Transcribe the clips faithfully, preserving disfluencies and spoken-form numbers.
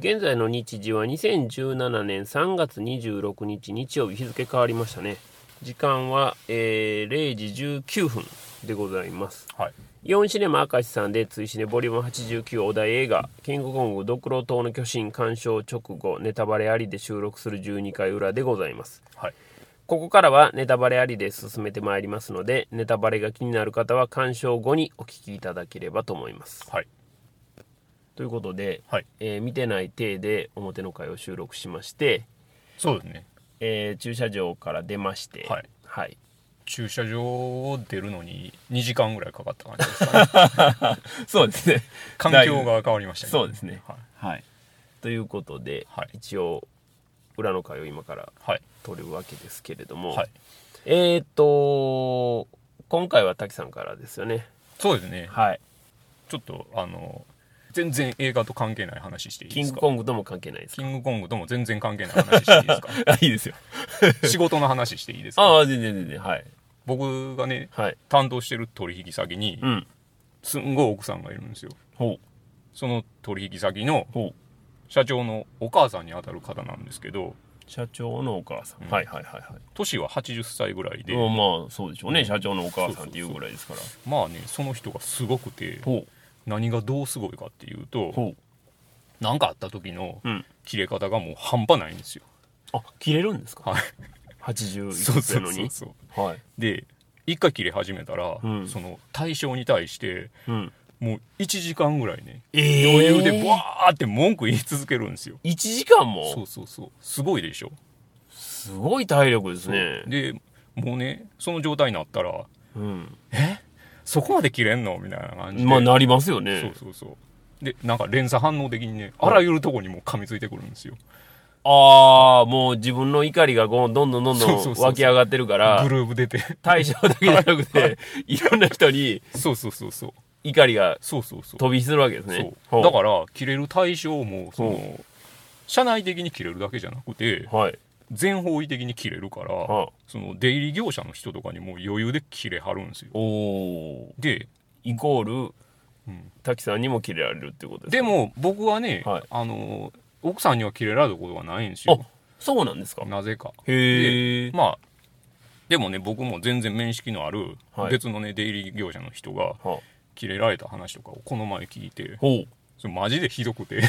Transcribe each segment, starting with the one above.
現在の日時はにせんじゅうななねんさんがつにじゅうろくにち日曜日、日付変わりましたね。時間は、えー、れいじじゅうきゅうふんでございます。 はい。 イオンシネマ明石さんで追試ねボリュームはちじゅうきゅうお題映画キングコングドクロ島の巨神鑑賞直後ネタバレありで収録するじゅうにかい裏でございます。 はい。 ここからはネタバレありで進めてまいりますので、ネタバレが気になる方は鑑賞後にお聞きいただければと思います。 はい。 ということで、 はい。 えー見てない体で表の回を収録しまして、 そうですね。 えー駐車場から出まして、 はい。 はい、 駐車場を出るのににじかんぐらいかかった感じですかね。 そうですね。 環境が変わりましたね。 そうですね。 はい。 はい。ということで、 はい一応裏の回を今からはい。 撮るわけですけれども、 はい。 えーっと今回は滝さんからですよね。 そうですね。 はい。 ちょっとあの全然映画と関係ない話していいキンですか。 グコングとも関係ないですか。 キングコングとも全然関係ない話していいですか。 あ、いいですよ。 仕事の話していいですか。 ああ、全然全然、はい。 僕がね、 はい。 担当してる取引先に、 うん。 すんごい奥さんがいるんですよ。 ほう。 その取引先のほう。 社長のお母さんにあたる方なんですけど、 社長のお母さん。 うんはいはいはいはい。 年ははちじゅっさいぐらいで、 うん、まあそうでしょうね。 うん社長のお母さんっていうぐらいですから。 まあね、その人がすごくて、 ほ何がどうすごいかっていうう。 と、 ほ何かあった時のう。うん。 切れ方がもう半端ないんですよ。 あ、切れるんですか。 はい。 はちじゅういくそうそうつなのに。 そうそう。 はい。 で、一回切れ始めたら、 うんその対象に対して、 うん。 もういちじかんぐらいね、 えー余裕でバーって文句言い続けるんですよ。 いちじかんもそうそうそう。すごいでしょ。 すごい体力ですね。 で、もうね、その状態になったら、 うん。 えそこまで切れんのみたいな感じで。 まあなりますよね。 そうそうそう。で、なんか連鎖反応的にね、あらゆるとこにもう噛みついてくるんですよ。 ああ、もう自分の怒りがこうどんどんどんどそうそうそうそうん湧き上がってるからグ、ルーブ出て。 対象だけじゃなくて、いろんな人にそうそうそうそう。 怒りがそうそうそう。 飛び火するわけですね。 そう。 ほだから、切れる対象も、そほの、社内的に切れるだけじゃなくて、 はい。 全方位的に切れるから、 はあその出入り業者の人とかにも余裕で切れはるんですよ。 おー。 で、 イコール、 うん滝さんにも切れられるってことですか。 でも僕はね、 はいあの、奥さんには切れられることがないんですあよ。、 そうなんですか。 なぜか。 へえ。 まあ、でもね、僕も全然面識のあるはい別のね、出入り業者の人がは切れられた話とかをこの前聞いて、 ほう。 それマジでひどくて。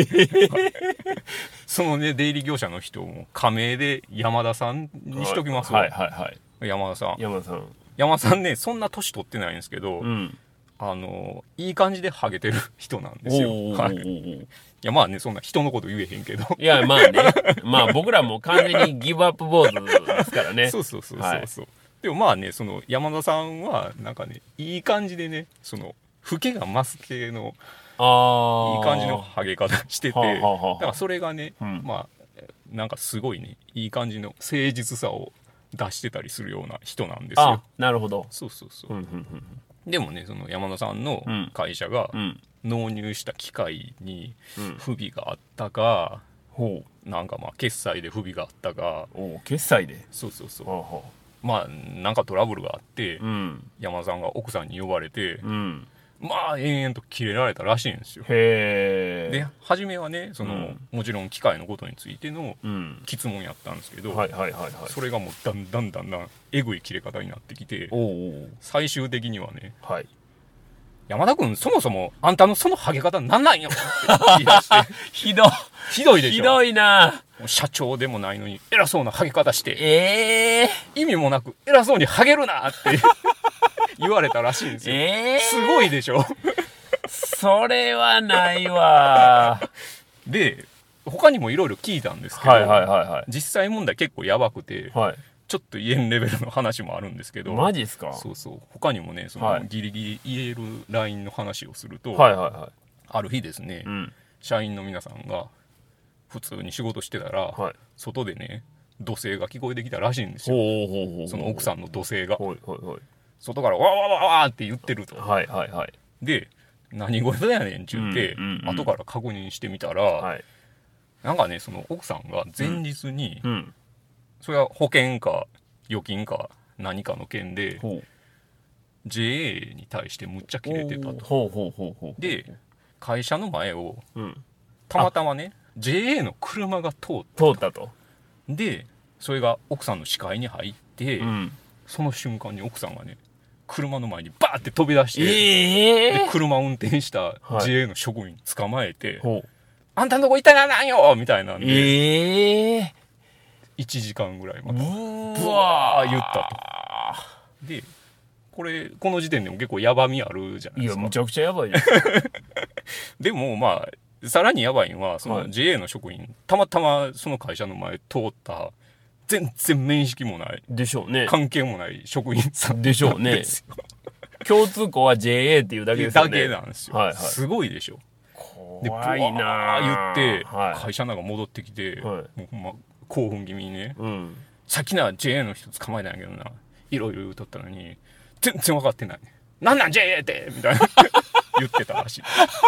そのね、出入り業者の人も仮名で山田さんにしときますわ。 はいはいはい。 山田さん。 山田さん。 山田さんね、そんな年取ってないんですけど、 うん。 あの、いい感じでハゲてる人なんですよ。 おーはい。いおーおーや、まあね、そんな人のこと言えへんけど。 いや、まあね。まあ僕らも完全にギブアップ坊主ですからね。 そうそうそうそうそう。でもまあね、その山田さんは、なんかね、いい感じでね、その、老けが増す系の、 ああ。 いい感じのハゲ方してて、 はあはあはあだからそれがね、 うんまあ、なんかすごいね、いい感じの誠実さを出してたりするような人なんですあよ。、 なるほど。 そうそうそう。 うんうんでもね、その山田さんのうん会社がうん。うん。 納入した機械にうん不備があったか、 ほなんかまあ決済で不備があったか、 う。おう決済で。 そうそうそう。 はあはあ。 まあ、なんかトラブルがあって、 うん。 山田さんが奥さんに呼ばれて、 うん。 まあ、延々とキレられたらしいんですよ。 へえ。 で、初めはね、その、 うんもちろん機械のことについてのうん。 質問やったんですけど、 はいはいはいはい。 それがもうだんだんだんだんえぐい切れ方になってきて、 おうおう最終的にはね、 はい。 山田君そもそもあんたのそのハゲ方なんなんよって言い出して、 ひどひどいでしょ。 ひどいな。 もう社長でもないのに偉そうなハゲ方して、 ええ意味もなく偉そうにハゲるなって言われたらしいんですよ。 ええすごいでしょ。 それはないわ。 で、他にもいろいろ聞いたんですけど、 はいはいはいはい。 実際問題結構やばくて、 はい。 ちょっと言えんレベルの話もあるんですけど、 マジっすか。 そうそう、他にもね、その、 はいギリギリ言えるラインの話をすると、 はいはいはい。 ある日ですね、 うん。 社員の皆さんが普通に仕事してたら、 はい。 外でね、怒声が聞こえてきたらしいんですよ。 ほうほうほうほう。 その奥さんの怒声が。 はいはいはい。 外からわわわわーって言ってると。 はいはいはい。 で、何事やねんって言って、 うんうんうん後から確認してみたら、 はい。 なんかね、その奥さんが前日に、 うん。 それは保険か預金か何かの件で、 ほう。 ジェイエー に対してむっちゃキレてたと。 ほうほうほうほう。 で、会社の前をうん。 たまたまね ジェーエー の車が通っ通ったと。 でそれが奥さんの視界に入って、 うん、 その瞬間に奥さんがね車の前にバーって飛び出して、 えー、 で車を運転したはいジェーエー の職員捕まえて、 ほう、 あんたのとこ行ったらなんよみたいなんで、 えー、 いちじかんぐらいまたうブワー言ったと。でこれこの時点でも結構ヤバみあるじゃないですか。 いやむちゃくちゃやばいですでもまあさらにやばいのはそはいの ジェーエー の職員、たまたまその会社の前通った全然面識もないでしょうね。 関係もない職員さんでしょうねですよ。 共通項は ジェーエー っていうだけですよだね。 けなんですよ、 はいはい、 すごいでしょ。でブワ怖いなー言って、 はい、 会社なんか戻ってきて、 はい、 もうほんま興奮気味にね、 うん、 さっきな ジェーエー の人捕まえたんやけどないろいろ言うとったのに全然分かってない、なんなん ジェーエー ってみたいな言ってたらしい。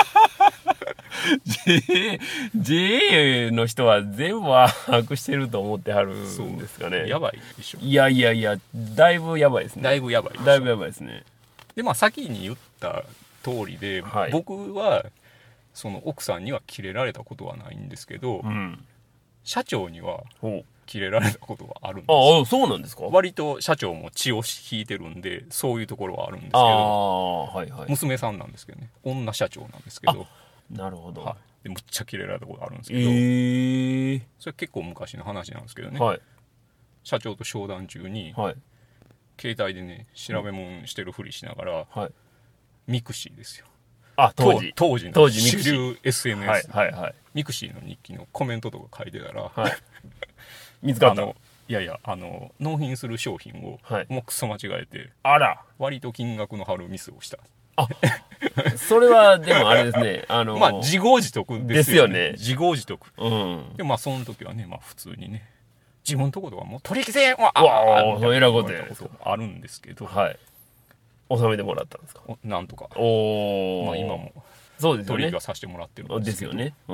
ジェーエー の人は全部把握してると思ってはるんですかね。 やばいでしょ。 いやいやいや、だいぶやばいですね。 だいぶやばいでしょ。 だいぶやばいですね。 でまあ先に言った通りで、 はい、 僕はその奥さんにはキレられたことはないんですけど、 うん、 社長にはほう、 キレられたことがあるんですよ。 ああ、そうなんですか。 割と社長も血を引いてるんでそういうところはあるんですけあど、 あ、はいはい、 娘さんなんですけどね、女社長なんですけど、 なるほど、 はい、でむっちゃキレられたことあるんですけど、 えー、 それ結構昔の話なんですけどね、 はい、 社長と商談中に、 はい、 携帯でね調べ物してるふりしながら、 はい、 ミクシーですよ。 あ、当時当時の当時ミク主シー流 エスエヌエス、 はいはいはい、 ミクシーの日記のコメントとか書いてたら、 はい、見つかったあのいやいやあの納品する商品を、 はい、 もうクソ間違えてあら、 割と金額の張るミスをした。 あ、それはでもあれですね、あのまあ自業自得ですよね。 ですよね自業自得。 うん。 でまあその時はね、まあ普通にね、自分のところはもう取引せんわうわあー、そうえらいことやあるんですけど、 はい。収めてもらったんですか。 おなんとか、 おー。 まあ今もそうですよね取引はさせてもらってるんでけど、 ですすよね。うん。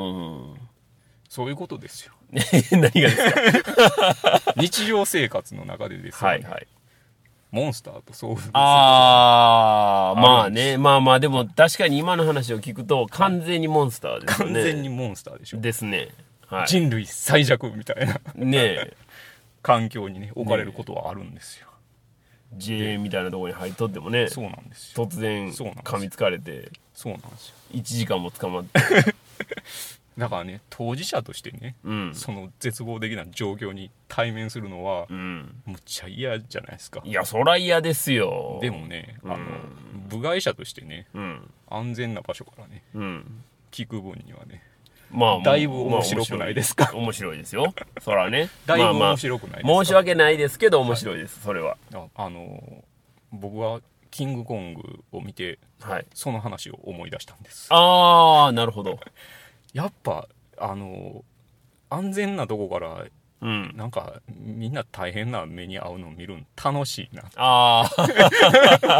そういうことですよ。 何がですか。 日常生活の中でですよ、ね、 はいはい。 モンスターと遭遇する。 あー、 あまあね、まあまあでも確かに今の話を聞くと完全にモンスターですよね。 完全にモンスターでしょ。 ですね。はい。 人類最弱みたいなねえ。 環境にね置かれることはあるんですよ。 ジェーエー みたいなところに入っとってもね、 そうなんですよ。 突然そうなんですよ噛みつかれてそうなんですよ。 いちじかんも捕まってだからね、当事者としてね、 うんその絶望的な状況に対面するのは、 うんむっちゃ嫌じゃないですか。 いやそら嫌ですよ。 でもね、あの、 うん部外者としてね、 うん安全な場所からね、 うん聞く分にはね、 まあだいぶ面白くないですか。 まあ面白いですよそらねだいぶまあまあ面白くないですか。 申し訳ないですけど面白いです、それは。 ああの僕はキングコングを見てはい。 その話を思い出したんです。 ああなるほど。 やっぱあの安全なとこからうんなんかみんな大変な目に遭うのを見るの楽しいな。 ああ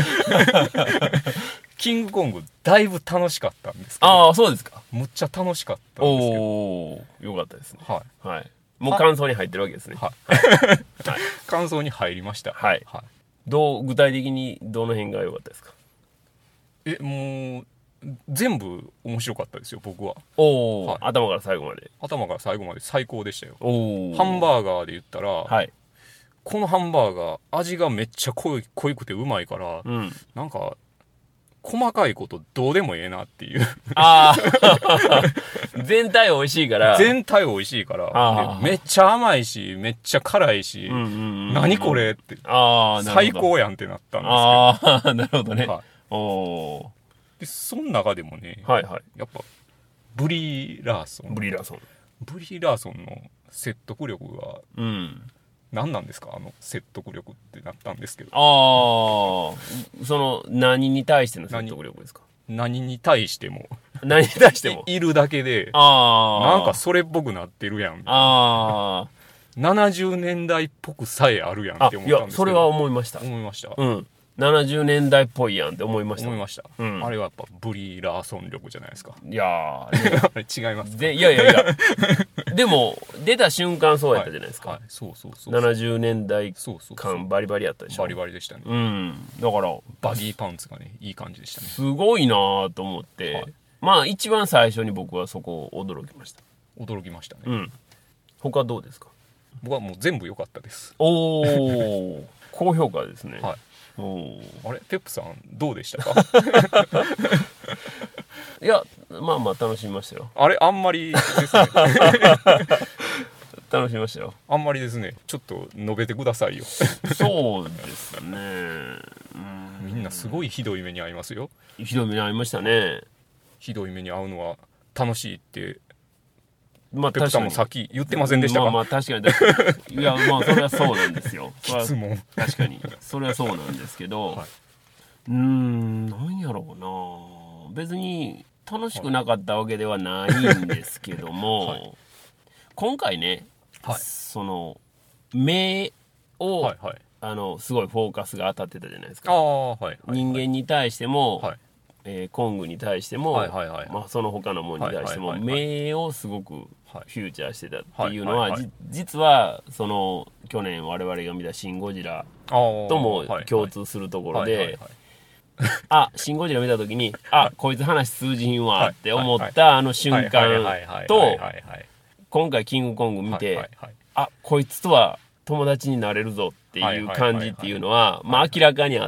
キングコングだいぶ楽しかったんですけど、 ああそうですか。 むっちゃ楽しかったんですけど、 おおよかったですね。 ははい。もう感想に入ってるわけですね。 い、はい、 はい感想に入りました。 はいはい、 どう具体的にどの辺が良かったですか。 えもう全部面白かったですよ僕は。 おお、 はい頭から最後まで。 頭から最後まで最高でしたよ。 おお。 ハンバーガーで言ったら、 はい。 このハンバーガー味がめっちゃ濃い濃いくてうまいから、 うん。 なんか細かいことどうでもええなっていうああ全体美味しいから全体美味しいからあーでめっちゃ甘いしめっちゃ辛いし、 うんうんうんうん何これってああなるほど最高やんってなったんですああなるほどね、 けど、はい、 おおでその中でもね、 はいはいやっぱブリー・ラーソンブリーラーソンブリー・ラーソンの説得力がうん何なんですかあの説得力ってなったんですけど、 ああその何に対しての説得力ですか。 何に対しても何に対してもいるだけでああなんかそれっぽくなってるやん、 あななじゅうねんだいっぽくさえあるやんあって思ったんですけど、 いやそれは思いました。 思いました、 うんななじゅうねんだいっぽいやんって思いました。 思いました、 うんあれはやっぱブリー・ラーソン力じゃないですか。 いやー、ね、 あれ違いますか。 でいやいやいやでも出た瞬間そうやったじゃないですか、 はいはい、そうそうそうななじゅうねんだいそうそうそう感バリバリやったでしょ。 バリバリでしたね、 うんだからバギーパンツがねいい感じでしたね。 すごいなと思って、 はいまあ一番最初に僕はそこを驚きました。 驚きましたね、 うん。他どうですか？ 僕はもう全部良かったです。 おお高評価ですね。 はい。 おあれペップさんどうでしたか？ いやまあまあ楽しみましたよ。 あれあんまりですね。 楽しみましたよ。 あんまりですね。ちょっと述べてくださいよ。 そうですね。うんみんなすごいひどい目に遭いますよ。 ひどい目に遭いましたね。 ひどい目に遭うのは楽しいってまあペップさんもさっき言ってませんでしたか？ まあまあ確かに確かにいやまあそれはそうなんですよ。 質問。 確かにそれはそうなんですけど、 はい、 うーんなんやろうな、別に楽しくなかったわけではないんですけども、はい、今回ね、はい、その目を、はいはい、あのすごいフォーカスが当たってたじゃないですか。 あ、はいはいはい、 人間に対しても、 はい、 えー、コングに対しても、 はいはいはい、 まあ、その他のものに対しても、はいはいはいはい、目をすごくフューチャーしてたっていうのは、はいはいはい、実はその去年我々が見た「シン・ゴジラ」とも共通するところで、あ、シン・ゴジラ見た時にあ、こいつ話通じひんわって思ったあの瞬間と、今回キングコング見て、あ、こいつとは友達になれるぞっていう感じっていうのはまあ明らかにあって、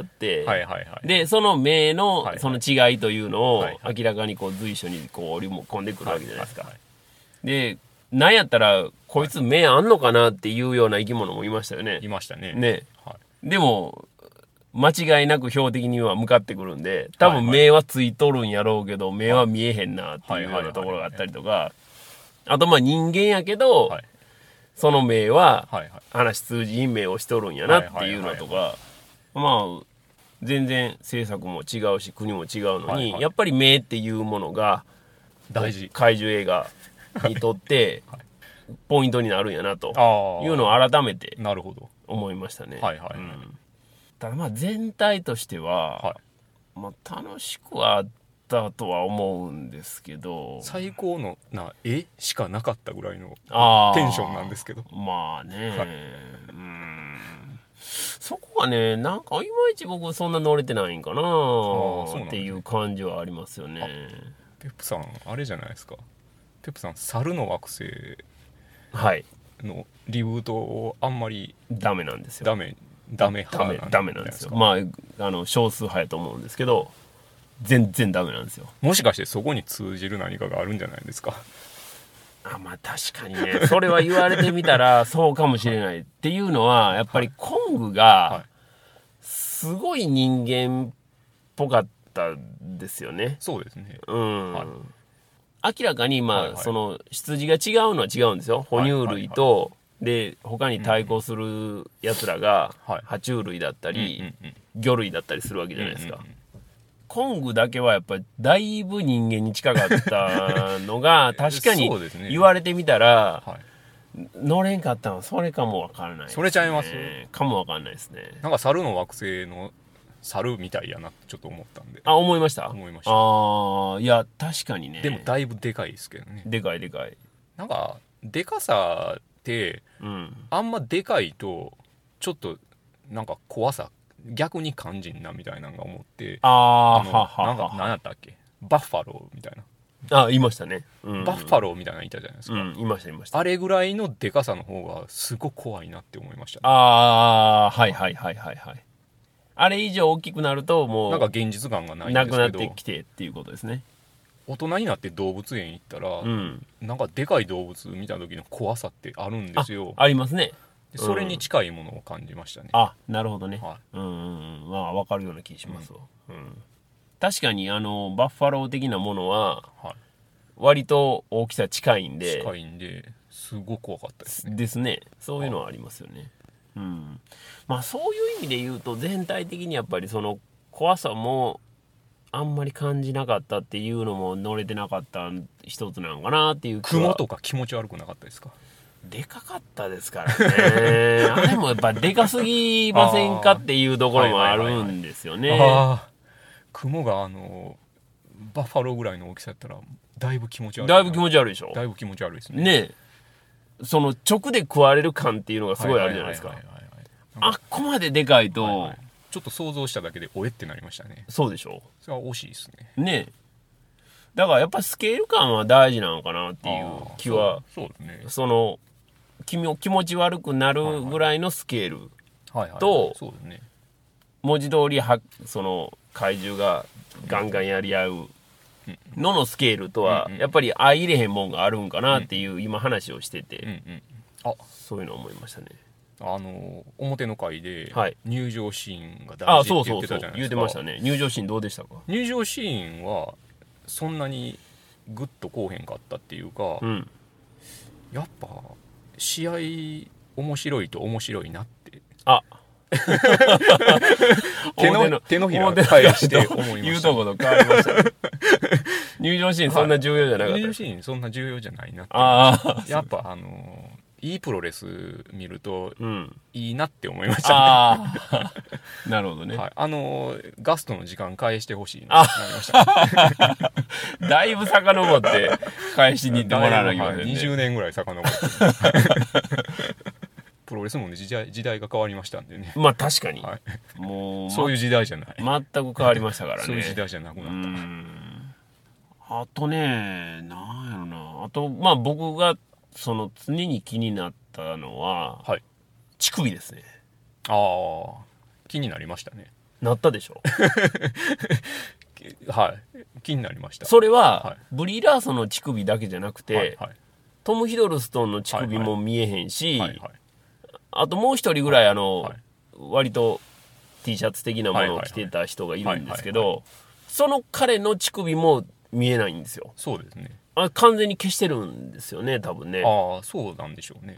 でその目のその違いというのを明らかにこう随所にこう織り込んでくるわけじゃないですか。でなんやったらこいつ目あんのかなっていうような生き物もいましたよね。 いましたね。 ね、はい、でも間違いなく標的には向かってくるんで、多分目はついとるんやろうけど目は見えへんなっていうようなところがあったりとか、あとまあ人間やけど、はい、その目は話通じひん目をしとるんやなっていうのとか、まあ全然政策も違うし国も違うのに、はいはい、やっぱり目っていうものが大事、 怪獣映画にとってポイントになるんやなというのを改めて思いましたね。 はいはいはい、 うん、ただまあ全体としては、はい、まあ、楽しくはあったとは思うんですけど、 最高のな絵しかなかったぐらいのテンションなんですけど、 まあね、はい、うん、そこはねなんかいまいち僕そんな乗れてないんかなっていう感じはありますよね。 ペップさんあれじゃないですか、ペップさん猿の惑星のリブートをあんまりダメなんですよ。 ダメダメダメダメなんですよ。まああの少数派やと思うんですけど全然ダメなんですよ。 もしかしてそこに通じる何かがあるんじゃないですか。 あ、まあ確かにねそれは言われてみたらそうかもしれないっていうのはやっぱりコングがすごい人間っぽかったですよね。 そうですね、 うん、はい、明らかにまあ、はいはい、その羊が違うのは違うんですよ。哺乳類と、はいはいはい、で他に対抗するやつらが爬虫類だったり、うんうんうん、魚類だったりするわけじゃないですか、うんうんうん、コングだけはやっぱりだいぶ人間に近かったのが確かに言われてみたら、はい、乗れんかったのはそれかもわからないですね。 それちゃいますかもわからないですね。 なんか猿の惑星の猿みたいやなってちょっと思ったんで。 あ、思いました。 思いました。 ああ、いや確かにね。 でもだいぶでかいですけどね。 でかいでかい。 なんかでかさって、うん、あんまでかいとちょっとなんか怖さ逆に感じんなみたいなのが思って。 ああ、ははなんか何やったっけ、バッファローみたいな。あ、いましたね、 うん、バッファローみたいなのいたじゃないですか、 うん、いましたいました。 あれぐらいのでかさの方がすごく怖いなって思いました、ね、 ああ、はいはいはいはいはい。あれ以上大きくなるともうなんか現実感がないんですけど、 なくなってきてっていうことですね。 大人になって動物園行ったら、うん、なんかでかい動物見た時の怖さってあるんですよ。 あ, ありますね。 それに近いものを感じましたね、 うん、あ、なるほどね、はい、うんうんうん、まあ分かるような気しますわ、うんうん、確かにあのバッファロー的なものは割と大きさ近いんで近いんですごく怖かったですね。 ですね。そういうのはありますよね、うん、まあそういう意味で言うと全体的にやっぱりその怖さもあんまり感じなかったっていうのも乗れてなかった一つなのかなっていう気は。 雲とか気持ち悪くなかったですか。 でかかったですからねあれもやっぱでかすぎませんかっていうところもあるんですよね。 あ、はいはいはいはい、あ、雲があのバッファローぐらいの大きさやったらだいぶ気持ち悪い。 だいぶ気持ち悪いでしょ。 だいぶ気持ち悪いですね。 ねえ、その直で食われる感っていうのがすごいあるじゃないですか。あっこまででかいと、はいはい、 ちょっと想像しただけでおえってなりましたね。 そうでしょ。 それは惜しいですね。 ねえ、 だからやっぱりスケール感は大事なのかなっていう気は、 そうそうね、 その気も気持ち悪くなるぐらいのスケールと、文字通りはその怪獣がガンガンやり合うののスケールとはやっぱり相入れへんもんがあるんかなっていう今話をしてて、うんうん、あそういうの思いましたね。 あの表の回で入場シーンが大事って言ってたじゃないですか。あ、そうそうそう言ってましたね。入場シーンどうでしたか？ 入場シーンはそんなにグッとこうへんかったっていうか、うん、やっぱ試合面白いと面白いなってあ手の手のひら返して思いました。 言うとこと変わりましたね。入場シーンそんな重要じゃなかった、はい、 入場シーンそんな重要じゃないなって。あやっぱあのいいプロレス見るといいなって思いましたね、うん、あなるほどね、 はい、あのガストの時間返してほしいなってなりましただいぶ遡って返しに行ってもらわなきゃいけませんね。 にじゅうねんぐらい遡ってプロレスも、ね、時代、時代が変わりましたんでね。 まあ確かに、 はい、もうそういう時代じゃない、 全く変わりましたからね。 そういう時代じゃなくなった。うん、 あとね、なんやろな、あとまあ僕がその常に気になったのは、はい、乳首ですね。 ああ、気になりましたね。 なったでしょはい、気になりました。 それは、はい、ブリー・ラーソンの乳首だけじゃなくて、はいはい、トム・ヒドルストンの乳首も見えへんし、はいはいはいはい、あともう一人ぐらいあの、はいはい、割と T シャツ的なものを着てた人がいるんですけど、その彼の乳首も見えないんですよ。 そうですね。 あ、完全に消してるんですよね、多分ね。 ああ、そうなんでしょうね。 うん。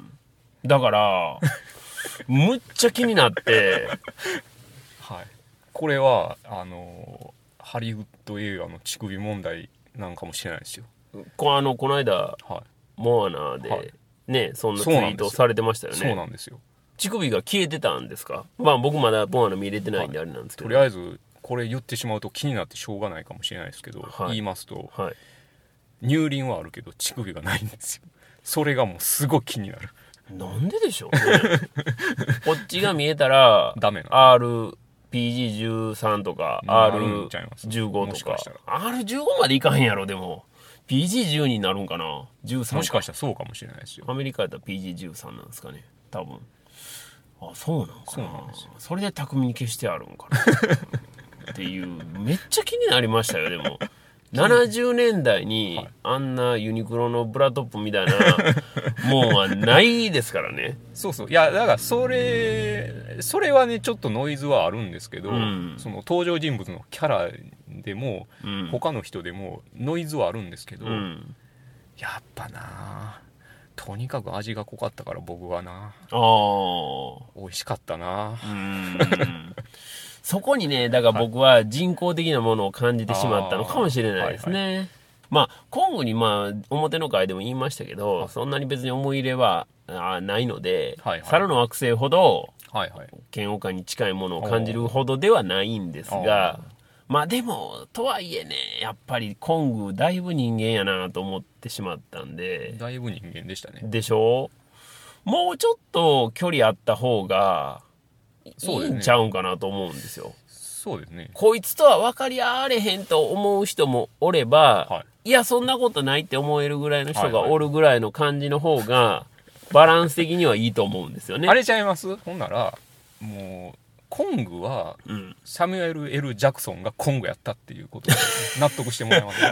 だからむっちゃ気になってはい。これはあのハリウッド映画の乳首問題なんかもしれないですよ。 こあのこの間、はい、モアナで、はい、ね、そんなツイートされてましたよね。 そうなんですよ。 乳首が消えてたんですか？まあ僕まだモアナ見れてないんであれなんですけど、 はい、とりあえずこれ言ってしまうと気になってしょうがないかもしれないですけど、はい、言いますと、はい、乳輪はあるけど乳首がないんですよ。それがもうすごい気になる。 なんででしょうねこっちが見えたらダメなアールピージーじゅうさん とか アールじゅうご とか アールじゅうご までいかへんやろ。でも ピージーじゅう になるんかな。じゅうさんもしかしたらそうかもしれないですよ。 アメリカやったら ピージーじゅうさん なんですかね、多分。あ、そうなんかな。 そうなんですよ。 それで巧みに消してあるんかなっていう、めっちゃ気になりましたよ。でもななじゅうねんだいにあんなユニクロのブラトップみたいなもんはないですからね。 そうそう。いや、だからそれそれはねちょっとノイズはあるんですけど、うん、その登場人物のキャラでも、うん、他の人でもノイズはあるんですけど、うん、やっぱなとにかく味が濃かったから僕はなあ美味しかったな。うんそこにね、だから僕は人工的なものを感じてしまったのかもしれないですね。はいはい、まあ、コングにまあ、表の回でも言いましたけど、はい、そんなに別に思い入れはないので、はいはい、猿の惑星ほど、はいはい、嫌悪感に近いものを感じるほどではないんですが、まあでも、とはいえね、やっぱりコングだいぶ人間やなと思ってしまったんで。 だいぶ人間でしたね。 でしょ？もうちょっと距離あった方が、いいんちゃうんかなと思うんですよ。 そうですね。 こいつとは分かり合われへんと思う人もおれば、はい、いやそんなことないって思えるぐらいの人がおるぐらいの感じの方がバランス的にはいいと思うんですよね。 あれちゃいます？ほんならもうコングは、うん、サミュエル・エル・ジャクソンがコングやったっていうことで納得してもらえます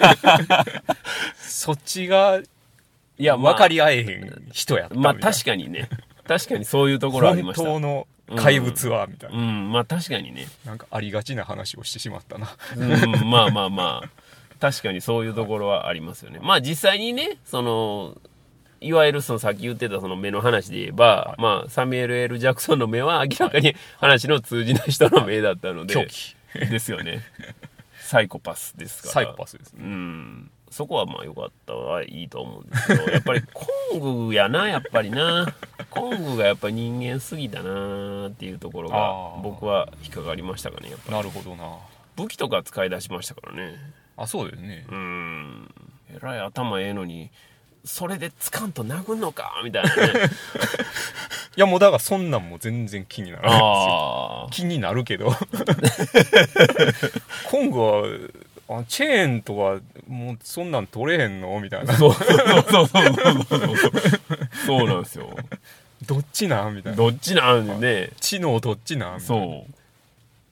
そっちがいや、まあ、分かり合えへん人やったみたいな。 まあ確かにね、確かにそういうところありました。 本当の怪物はみたいな、 うん、うん、まあ確かにね、 なんかありがちな話をしてしまったなうん、まあまあまあ確かにそういうところはありますよね。まあ実際にね、そのいわゆるそのさっき言ってたその目の話で言えば、はい、まあサミュエル・エル・ジャクソンの目は明らかに話の通じない人の目だったので、 狂気ですよねサイコパスですから。 サイコパスですね。 うん、そこはまあ良かったはいいと思うんですけどやっぱりコングやな、やっぱりなコングがやっぱり人間すぎたなっていうところが僕は引っかかりましたかね。やっぱりなるほどな。 武器とか使い出しましたからね。 あ、そうですね。 うん、えらい頭ええのにそれでつかんと殴んのかみたいなねいやもうだからそんなんも全然気にならないんですよ。気になるけどコングはあチェーンとかもうそんなん取れへんのみたいな。 そうそうそうそうそうそうそうなんですよ。 どっちなんみたいな。 どっちなんでね。 知能どっちなんみたいな。 そう。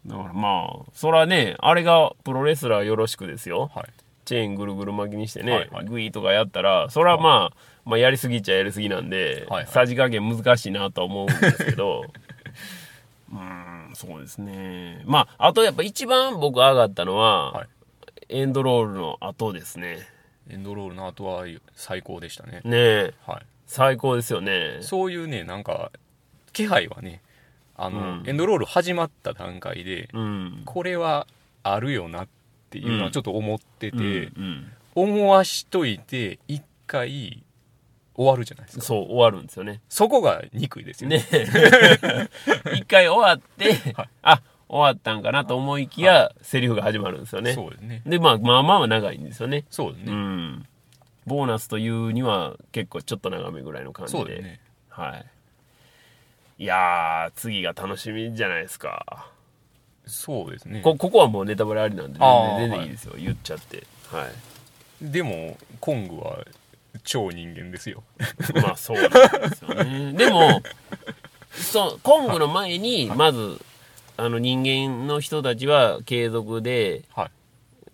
だからまあそらね、あれがプロレスラーよろしくですよ。はい、チェーンぐるぐる巻きにしてね、はいはい、グイーとかやったらそらまあ、はい、まあやりすぎっちゃやりすぎなんで、はいはい、さじ加減難しいなとは思うんですけど。うーん、そうですね。まああとやっぱ一番僕上がったのは、はい、エンドロールの後ですね。 エンドロールの後は最高でしたね。 ねえ、はい、最高ですよね。 そういうね、なんか気配はね、あの、うん、エンドロール始まった段階で、うん、これはあるよなっていうのはちょっと思ってて、うんうんうん、思わしといて一回終わるじゃないですか。 そう、終わるんですよね。 そこが憎いですよね。 一回終わって、はい、あ、終わったんかなと思いきや、はい、セリフが始まるんですよね。 そうですね。 で、まあ、まあまあ長いんですよね。 そうですね。うん。 ボーナスというには結構ちょっと長めぐらいの感じで。 そうですね。 はい。いやー、次が楽しみじゃないですか。 そうですね。 こ、ここはもうネタバレありなんで、全然いいですよ、はい、言っちゃって。はい。 でも、コングは超人間ですよ。 まあそうなんですよね。でも、そう、コングの前に、まず、はい、あの人間の人たちは継続で、はい、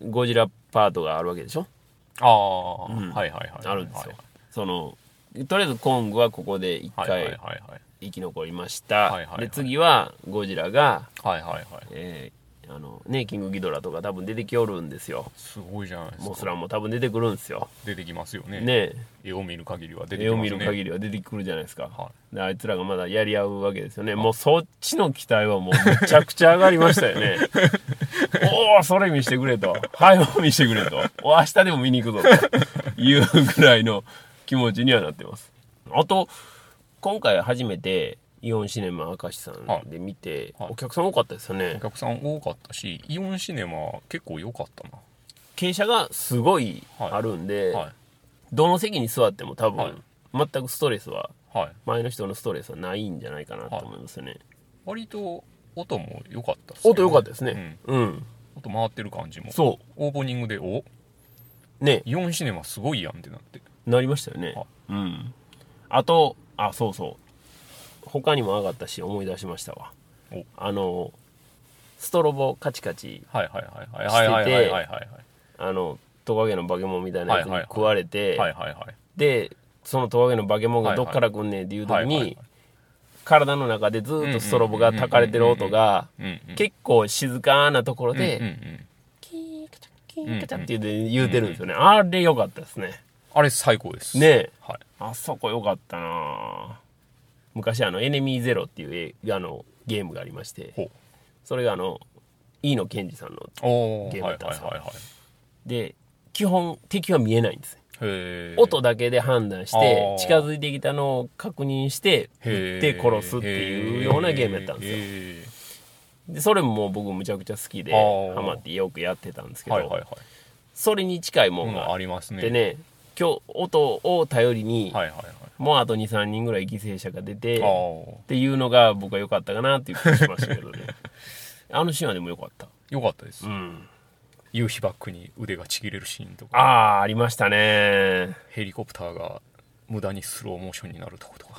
ゴジラパートがあるわけでしょ。 ああ、うん、はいはいはい。 あるんですよ。はい、その、とりあえずコングはここで一回生き残りました。はいはいはいはい、で、次はゴジラが、はいはいはい、えー、あのね、キングギドラとか多分出てきおるんですよ。 すごいじゃないですか。 モスラも多分出てくるんですよ。 出てきますよね。 ね、 絵を見る限りは出てきますね。 絵を見る限りは出てくるじゃないですか。はい、であいつらがまだやり合うわけですよね。はい、もうそっちの期待はもうめちゃくちゃ上がりましたよね。おお、それ見してくれと。はい、見してくれと。お明日でも見に行くぞというぐらいの気持ちにはなってます。あと、今回初めてイオンシネマ明石さんで見て、はいはい、お客さん多かったですよね。 お客さん多かったし、イオンシネマ結構良かったな。 傾斜がすごいあるんで、はいはい、どの席に座っても多分、はい、全くストレスは、はい、前の人のストレスはないんじゃないかなと思いますね。はい、 割と音も良かったですね。 音良かったですね。うん。うん、 音回ってる感じも。 そう。 オープニングで、おね。 イオンシネマすごいやんってなって。 なりましたよね。うん。あと、あ、そうそう。他にも上がったし思い出しましたわ。あの、ストロボカチカチしてて、あの、トカゲの化け物みたいなやつに食われて、で、そのトカゲの化け物がどっから来んねんっていう時に、体の中でずっとストロボが焚かれてる音が、結構静かなところで、キーカチャキーカチャって言うてるんですよね。あれ良かったですね。 あれ最高です。 ねえ。はい、あそこ良かったな。昔あの、エネミーゼロっていうあのゲームがありまして、それがあの、飯野健二さんのゲームだったんですよ。で、基本敵は見えないんです。音だけで判断して近づいてきたのを確認して撃って殺すっていうようなゲームやったんですよ。でそれももう僕むちゃくちゃ好きでハマってよくやってたんですけど、はいはいはい、それに近いもんがありますね。でね、今日音を頼りに、はいはいはい、もうあと にさんにんぐらい犠牲者が出てっていうのが僕は良かったかなっていう気がしましたけどね。あのシーンはでも良かった。 良かったです。うん、夕日バックに腕がちぎれるシーンとか、 ああありましたね。 ヘリコプターが無駄にスローモーションになるとことか、 うん、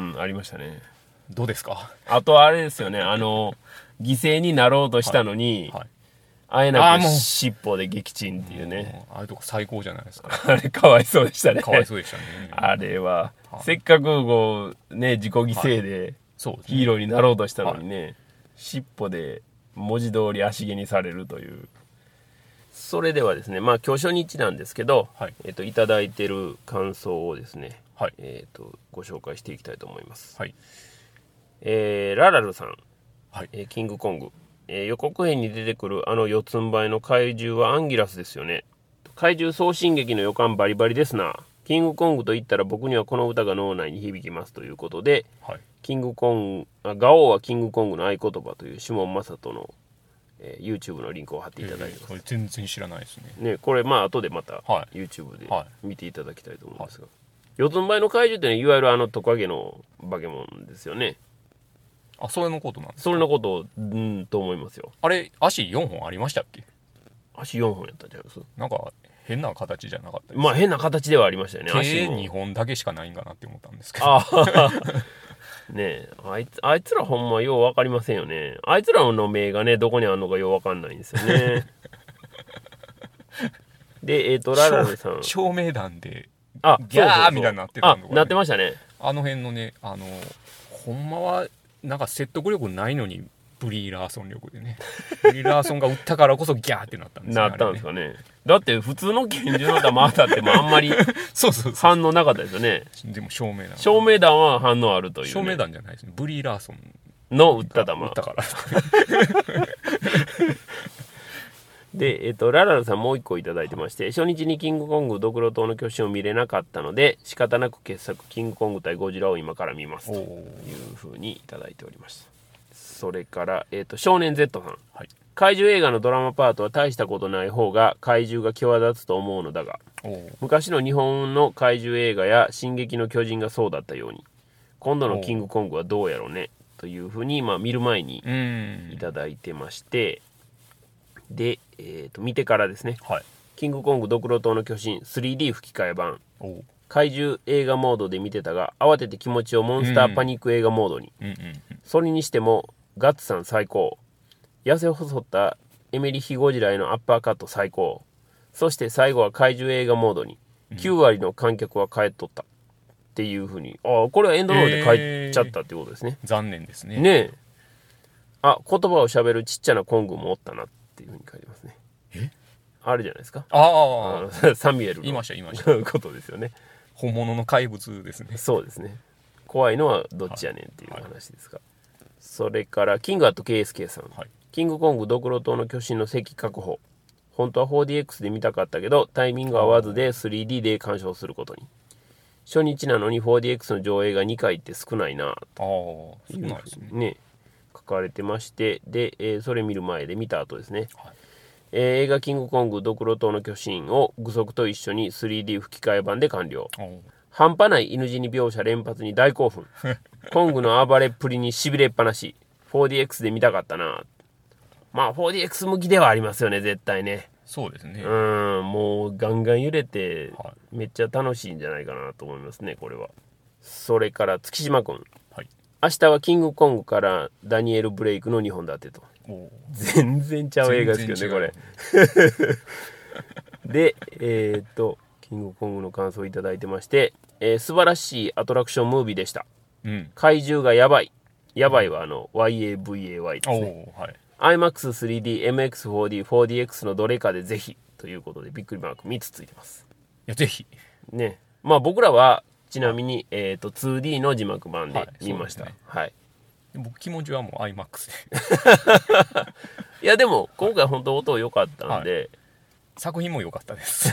うん、ありましたね。 どうですか。 あとあれですよね、あの犠牲になろうとしたのに、はいはい、あえなく尻尾で撃沈っていうね。 ああいうとこ最高じゃないですか。 あれかわいそうでしたね。 かわいそうでしたね。 あれは、はい、せっかくこうね自己犠牲でヒーローになろうとしたのにね、はい、尻尾で文字通り足毛にされるという。それではですね、まあ今日初日なんですけど、はい、えっといただいてる感想をですね、はい、えっとご紹介していきたいと思います。はい、えー、ララルさん、はい、えー、キングコング、えー、予告編に出てくるあの四つん這いの怪獣はアンギラスですよね。怪獣送信劇の予感バリバリですな。キングコングと言ったら僕にはこの歌が脳内に響きますということで、はい、キングコング、あ、ガオーはキングコングの合言葉というシモン・マサトの、えー、YouTube のリンクを貼っていただいてます。えー、これ全然知らないですね。 ね、これまあ後でまた YouTube で見ていただきたいと思うんですが、はい、四つん這いの怪獣ってね、いわゆるあのトカゲの化け物ですよね。 あ、それのことなんですか。 それのこと、うん、と思いますよ。 あれ足よんほんありましたっけ。 足よんほんやったんちゃいます？ なんか変な形じゃなかったです。 まあ変な形ではありましたよね。 手にほんだけしかないんかなって思ったんですけど。あねえ、あいつ、あいつらほんまよう分かりませんよね。あいつらの目がね、どこにあるのかよう分かんないんですよね。で、えっ、ー、と、ララルさん。 照明弾で、 あ、 ギャーみたいになってたのとか、 ね、あ、なってましたね。 あの辺のね、あの、ほんまは、なんか説得力ないのに、ブリー・ラーソン力でね。ブリー・ラーソンが撃ったからこそギャーってなったんですよね。なったんですかね。だって普通の拳銃の弾当たってもあんまり反応なかったですよね。 でも照明弾。 照明弾は反応あるという、ね。 照明弾じゃないですね。ブリー・ラーソンの撃った弾。 撃ったから。 で、えっと、ララルさんもう一個いただいてまして、初日にキングコングドクロ島の巨神を見れなかったので、仕方なく傑作キングコング対ゴジラを今から見ますというふうにいただいておりました。それから、えっと、少年 Z さん。はい、怪獣映画のドラマパートは大したことない方が怪獣が際立つと思うのだが、昔の日本の怪獣映画や進撃の巨人がそうだったように、今度のキングコングはどうやろうねというふうに、まあ、見る前にいただいてまして、で、えー、と見てからですね、はい、キングコングドクロ島の巨神 スリーディー 吹き替え版、怪獣映画モードで見てたが、慌てて気持ちをモンスターパニック映画モードに、うんうんうんうん、それにしてもガッツさん最高、痩せ細ったエメリヒゴジラへのアッパーカット最高、そして最後は怪獣映画モードにきゅうわりの観客は帰っとったっていう風に、ああこれはエンドロールで帰っちゃったっていうことですね、 えー、残念ですね。 ねえ、あ、言葉を喋るちっちゃなコングもおったなっていう風に書いてますね。 えあるじゃないですか、 ああサミュエルのいましたいましたことですよね。 本物の怪物ですね。 そうですね。怖いのはどっちやねんっていう話ですが、はいはい、それからキングアット ケーエスケー さん、はい、キングコングドクロ島の巨神の席確保、本当は フォーディーエックス で見たかったけどタイミング合わずで スリーディー で鑑賞することに、初日なのに フォーディーエックス の上映がにかいって少ないなというふうにね書かれてまして、で、えー、それ見る前で見た後ですね、はい、えー、映画キングコングドクロ島の巨神を具足と一緒に スリーディー 吹き替え版で完了。半端ない犬死に描写連発に大興奮コングの暴れっぷりにしびれっぱなし、 フォーディーエックス で見たかったな。まあ フォーディーエックス 向きではありますよね絶対ね。 そうですね、 うん、もうガンガン揺れてめっちゃ楽しいんじゃないかなと思いますねこれは。それから月島君、はい、明日はキングコングからダニエル・ブレイクのにほん立てと、全然ちゃう映画ですけどねこれで、えー、っとキングコングの感想をいただいてまして、えー、素晴らしいアトラクションムービーでした、うん、怪獣がやばい、やばいはあの ワイエーブイエーワイ ですね、はい、アイマックススリーディー、エムエックスフォーディー、フォーディーエックス のどれかでぜひということでびっくりマークみっつついてます。 いやぜひね、まあ僕らはちなみに、はい、えー、と ツーディー の字幕版で見ました、はい、はい、 僕気持ちはもう アイマックス でいやでも今回本当音良かったんで、はい、 作品も良かったです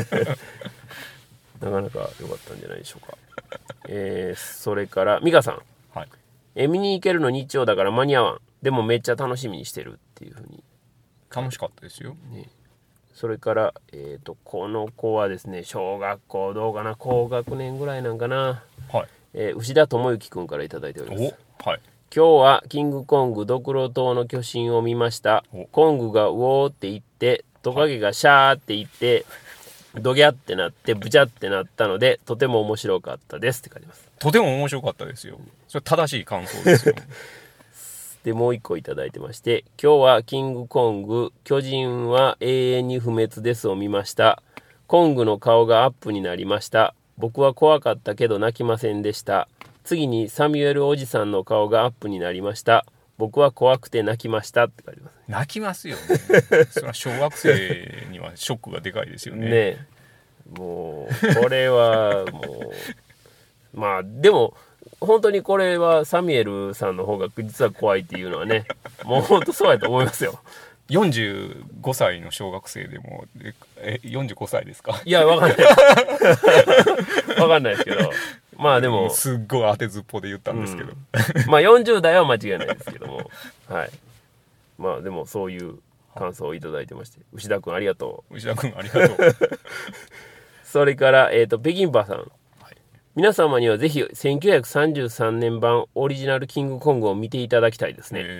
なかなか良かったんじゃないでしょうかえー、それから美香さん、はい、え見に行けるの日曜だから間に合わん、でもめっちゃ楽しみにしてるっていう風に。 楽しかったですよ、 ね、それから、えーと、この子はですね小学校どうかな高学年ぐらいなんかな、はい、えー、牛田智之くんからいただいております。お、はい、今日はキングコングドクロ島の巨神を見ました。コングがウォーって言ってトカゲがシャーって言って、はい、ドギャってなってブチャってなったのでとても面白かったですって書いてます。 とても面白かったですよ。それ正しい感想ですよでもう一個いただいてまして、今日はキングコング巨人は永遠に不滅ですを見ました。コングの顔がアップになりました。僕は怖かったけど泣きませんでした。次にサミュエルおじさんの顔がアップになりました。僕は怖くて泣きましたって書いてます。 泣きますよねそれは小学生にはショックがでかいですよね。 ね、もうこれはもうまあでも本当にこれはサミュエルさんの方が実は怖いっていうのはねもう本当そうやと思いますよ。 よんじゅうごさいの小学生でもえよんじゅうごさいですか？ いやわかんないわかんないですけど、まあでもすっごい当てずっぽで言ったんですけど、 うん、まあよんじゅう代は間違いないですけどもはい、まあでもそういう感想をいただいてまして、牛田くんありがとう。牛田くんありがとうそれから、えーと、北京パさん、はい、皆様にはぜひせんきゅうひゃくさんじゅうさんねん版オリジナルキングコングを見ていただきたいですね。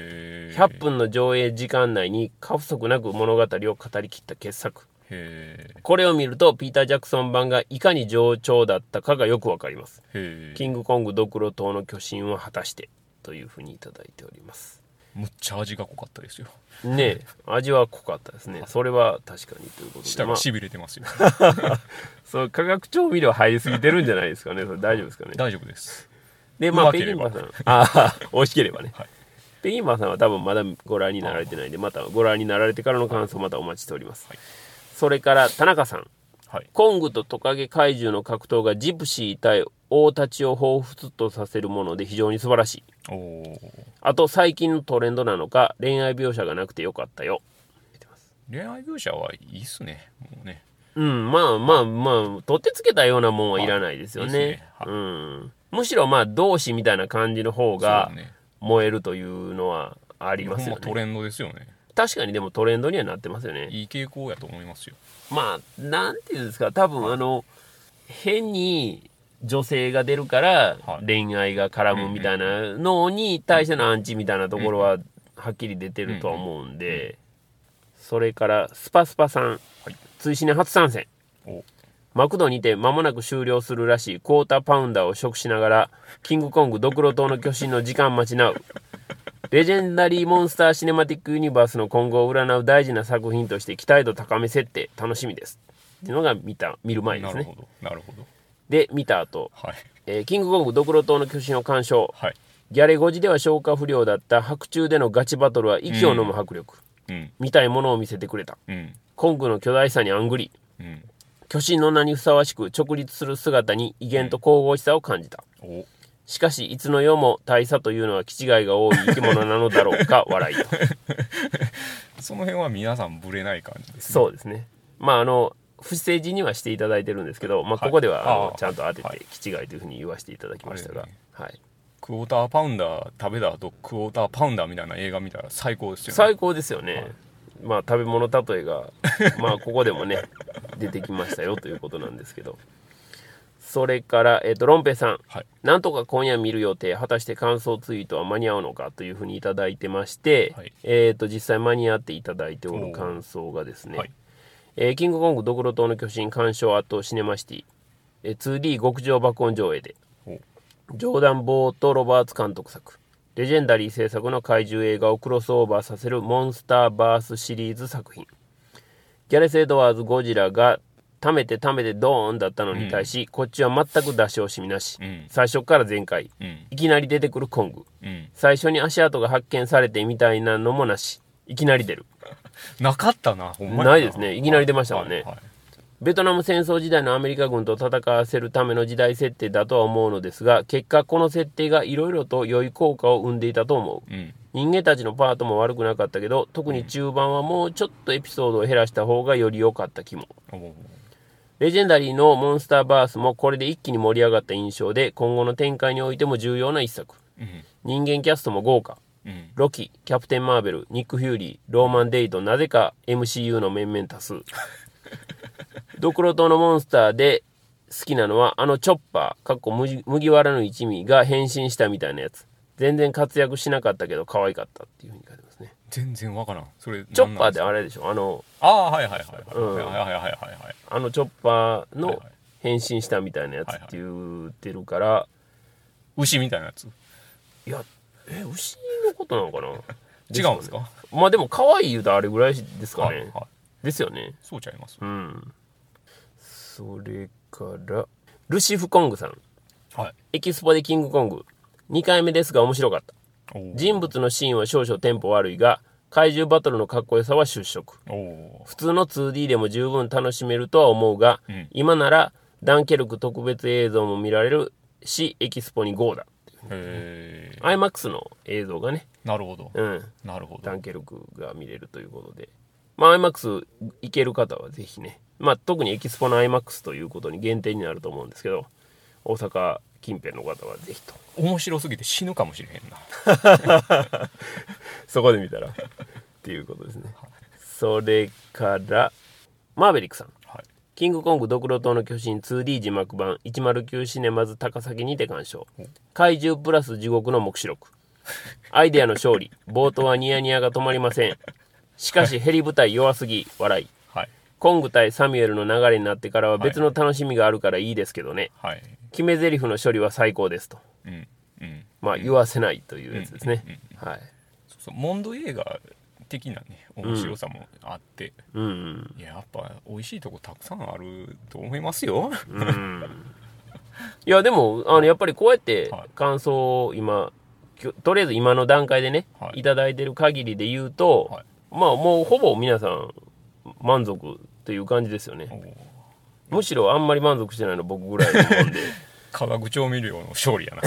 ひゃっぷんの上映時間内に過不足なく物語を語り切った傑作。 へこれを見るとピーター・ジャクソン版がいかに上調だったかがよくわかります。キングコングドクロ島の巨神は果たしてというふうにいただいております。 むっちゃ味が濃かったですよねえ、味は濃かったですね。それは確かにということで、 舌がしびれてますよ、 まあ、そう化学調味料入りすぎてるんじゃないですかね。それ大丈夫ですかね。 大丈夫です。 で、まあペギンバさん、ああ美味しければね、はい、ペギンバさんは多分まだご覧になられてないんで、またご覧になられてからの感想をまたお待ちしております、はい、それから田中さん、はい、コングとトカゲ怪獣の格闘がジプシー対大立ちを彷彿とさせるもので非常に素晴らしい。おあと最近のトレンドなのか恋愛描写がなくてよかったよ。 恋愛描写はいいっすね。もうね、 うんまあまあまあ取ってつけたようなもんはいらないですよね。はいいいねはい、うん、むしろまあ同志みたいな感じの方が燃えるというのはありますよね。 トレンドですよね。 確かにでもトレンドにはなってますよね。 いい傾向やと思いますよ。 まあなんていうんですか、多分、はい、あの変に女性が出るから恋愛が絡むみたいなのに対してのアンチみたいなところははっきり出てるとは思うんで、それからスパスパさん、はい、追試に初参戦。マクドにて間もなく終了するらしいクォーターパウンダーを食しながらキングコングドクロ島の巨神の時間待ちなう。レジェンダリーモンスターシネマティックユニバースの今後を占う大事な作品として期待度高め設定楽しみですっていうのが見た見る前ですね。 なるほどなるほど。 で見た後、はいえー、キングコングドクロ島の巨神を鑑賞、はい、ギャレゴジでは消化不良だった白昼でのガチバトルは息を飲む迫力、うん、見たいものを見せてくれた、うん、コングの巨大さにあんぐり、うん、巨神の名にふさわしく直立する姿に威厳と神々しさを感じた、うん、しかしいつの世も大佐というのは気違いが多い生き物なのだろうか笑いとその辺は皆さんブレない感じですね。 そうですね。まああの不正字にはしていただいてるんですけど、まあ、ここでは、はい、あのちゃんと当てて気違いというふうに言わせていただきましたが、はいはい、 クォーターパウンダー食べた後クォーターパウンダーみたいな映画見たら最高ですよね。 最高ですよね、はい、まあ食べ物例えがまあここでもね出てきましたよということなんですけど、それから、えーと、ロンペさん、はい、なんとか今夜見る予定、果たして感想ツイートは間に合うのかというふうにいただいてまして、はい、えーと実際間に合っていただいておる感想がですね、えー、キングコングドクロ島の巨神鑑賞アットシネマシティ、えー、ツーディー 極上爆音上映でジョーダン・ボーとロバーツ監督作レジェンダリー制作の怪獣映画をクロスオーバーさせるモンスターバースシリーズ作品。ギャレス・エドワーズ・ゴジラが溜めて溜めてドーンだったのに対し、うん、こっちは全く出し惜しみなし、うん、最初から全開、うん、いきなり出てくるコング、うん、最初に足跡が発見されてみたいなのもなし、いきなり出るなかったな、ほんまにないですね。いきなり出ましたもんね、はいはいはい、ベトナム戦争時代のアメリカ軍と戦わせるための時代設定だとは思うのですが、結果この設定がいろいろと良い効果を生んでいたと思う、うん、人間たちのパートも悪くなかったけど、特に中盤はもうちょっとエピソードを減らした方がより良かった気も、うん、レジェンダリーのモンスターバースもこれで一気に盛り上がった印象で、今後の展開においても重要な一作、うん、人間キャストも豪華、うん、ロキ、キャプテン・マーベル、ニック・フューリー、ローマン・デイとなぜか エムシーユー の面々多数ドクロ島のモンスターで好きなのはあのチョッパーかっこ麦わらの一味が変身したみたいなやつ。全然活躍しなかったけど可愛かったっていう風に書いてますね。 全然わからん。それチョッパーってあれでしょ、あのああはいはいはいはい、うん、はいはいはいはいはい、 あのチョッパーの変身したみたいなやつって言ってるから、はいはい、 牛みたいなやつ。 いやえ牛のことなのかな違うんですか。 まあでも可愛い言うとあれぐらいですかね、はいはい、ですよね。 そうちゃいます、 うん、それからルシフコングさん、はい、エキスポでキングコングにかいめですが面白かった。人物のシーンは少々テンポ悪いが怪獣バトルのかっこよさは出色。普通の ツーディー でも十分楽しめるとは思うが、うん、今ならダンケルク特別映像も見られるしエキスポに ゴー だ。へー アイマックス の映像がね、 なるほど、 うん、 なるほど、 ダンケルクが見れるということで、まあ アイマックス 行ける方はぜひね、まあ特にエキスポの アイマックス ということに限定になると思うんですけど、大阪近辺の方はぜひと。 面白すぎて死ぬかもしれへんなそこで見たらっていうことですね、はい、それからマーベリックさん、はい、キングコングドクロ島の巨神 ツーディー 字幕版いちまるきゅうシネマズ高崎にて鑑賞。怪獣プラス地獄の目視録アイデアの勝利。冒頭はニヤニヤが止まりません。しかしヘリ部隊弱すぎ笑い、はい、コング対サミュエルの流れになってからは別の楽しみがあるからいいですけどね、はい、決め台詞の処理は最高ですと、うんうん、まあ言わせないというやつですね、うんうんうん、はい、 そうそうモンド映画的なね面白さもあって、うんうん、いや、やっぱ美味しいとこたくさんあると思いますよ、うん、 いやでもあのやっぱりこうやって感想を今とりあえず今の段階でね、はい、いただいてる限りで言うと、はい、まあもうほぼ皆さん満足という感じですよね。むしろあんまり満足してないの僕ぐらいのもんで化学調味料の勝利やな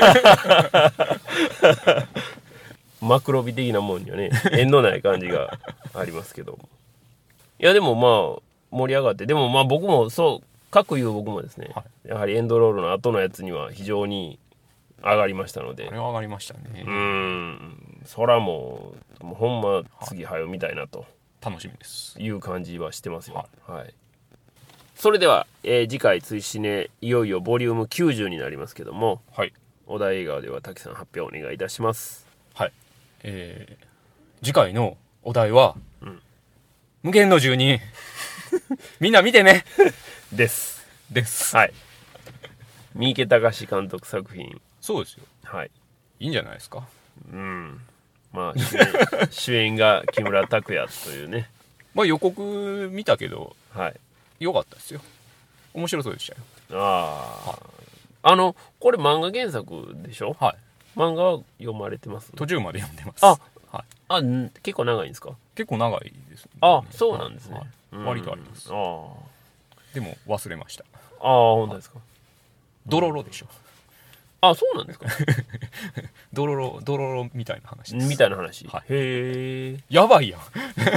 マクロビ的なもんにはね縁のない感じがありますけど、いやでもまあ盛り上がって、でもまあ僕もそう各言う僕もですね、はい、やはりエンドロールの後のやつには非常に上がりましたので、 あれは上がりましたね。 うーん、そらもう、もうほんま次はよみたいなと、 楽しみですいう感じはしてますよ。はい、はい、それでは、えー、次回追試ねいよいよボリュームきゅうじゅうになりますけども、はい、お題映画では滝さん発表お願いいたします。 はい、えー、次回のお題は、うん、無限の住人みんな見てねですですはい、三池崇監督作品。 そうですよ、 はい、 いいんじゃないですか。 うん、まあ主演, 主演が木村拓哉というね、 まあ予告見たけど、はい、良かったですよ。面白そうでしたよ。ああ、はい、あのこれ漫画原作でしょ。はい、漫画読まれてます？ 途中まで読んでます。 あ、はい、あ、結構長いんですか？ 結構長いですね。 あ、そうなんですね、 はいはい、割とあります。あ、でも忘れました。 ああ、本当ですか。 ドロロでしょ。 あ、そうなんですか。 ドロロドロロみたいな話です。 みたいな話、はい、へえ、 やばいやん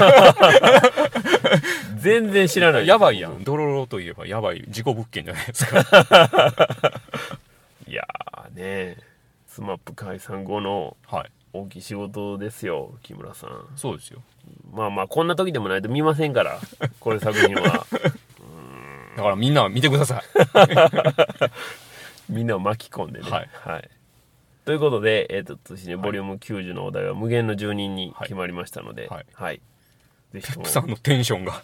全然知らない。 やばいやん。ドロロといえばやばい事故物件じゃないですかいやーね、スマップ解散後の大きい仕事ですよ、木村さん。 そうですよ。 まあまあこんな時でもないと見ませんからこれ作品はだからみんな見てくださいみんなを巻き込んでね、はいはい、ということで、えーとですね、ボリュームきゅうじゅうのお題は無限の住人に決まりましたので、はいはい、 ぜひともペップさんのテンションが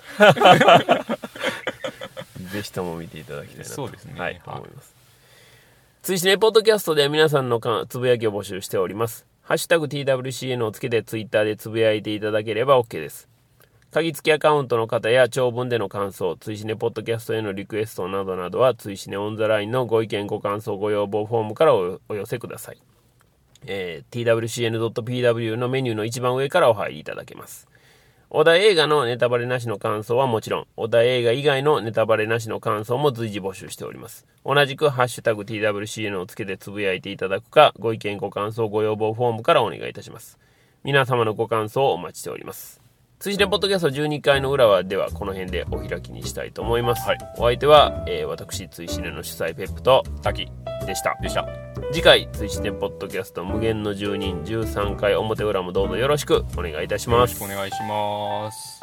ぜひとも見ていただきたいなと、 そうですね、 はい、はい、思います。追試ねポッドキャストでは皆さんのつぶやきを募集しております。ハッシュタグ ティーダブリューシーエヌ をつけてツイッターでつぶやいていただければ OK です。鍵付きアカウントの方や長文での感想、追試ねポッドキャストへのリクエストなどなどは追試ねオンザラインのご意見ご感想ご要望フォームから お, お寄せください。えー、ティーダブリューシーエヌドットピーダブリュー のメニューの一番上からお入りいただけます。お題映画のネタバレなしの感想はもちろん、お題映画以外のネタバレなしの感想も随時募集しております。同じくハッシュタグ ティーダブリューシーエヌ をつけてつぶやいていただくか、ご意見ご感想ご要望フォームからお願いいたします。皆様のご感想をお待ちしております。追試ねポッドキャストじゅうにかいの裏はではこの辺でお開きにしたいと思います。はい、お相手は、えー、私追試ねの主催ペップと滝でしたでした次回追試ねポッドキャスト無限の住人じゅうさんかい表裏もどうぞよろしくお願いいたします。 よろしくお願いします。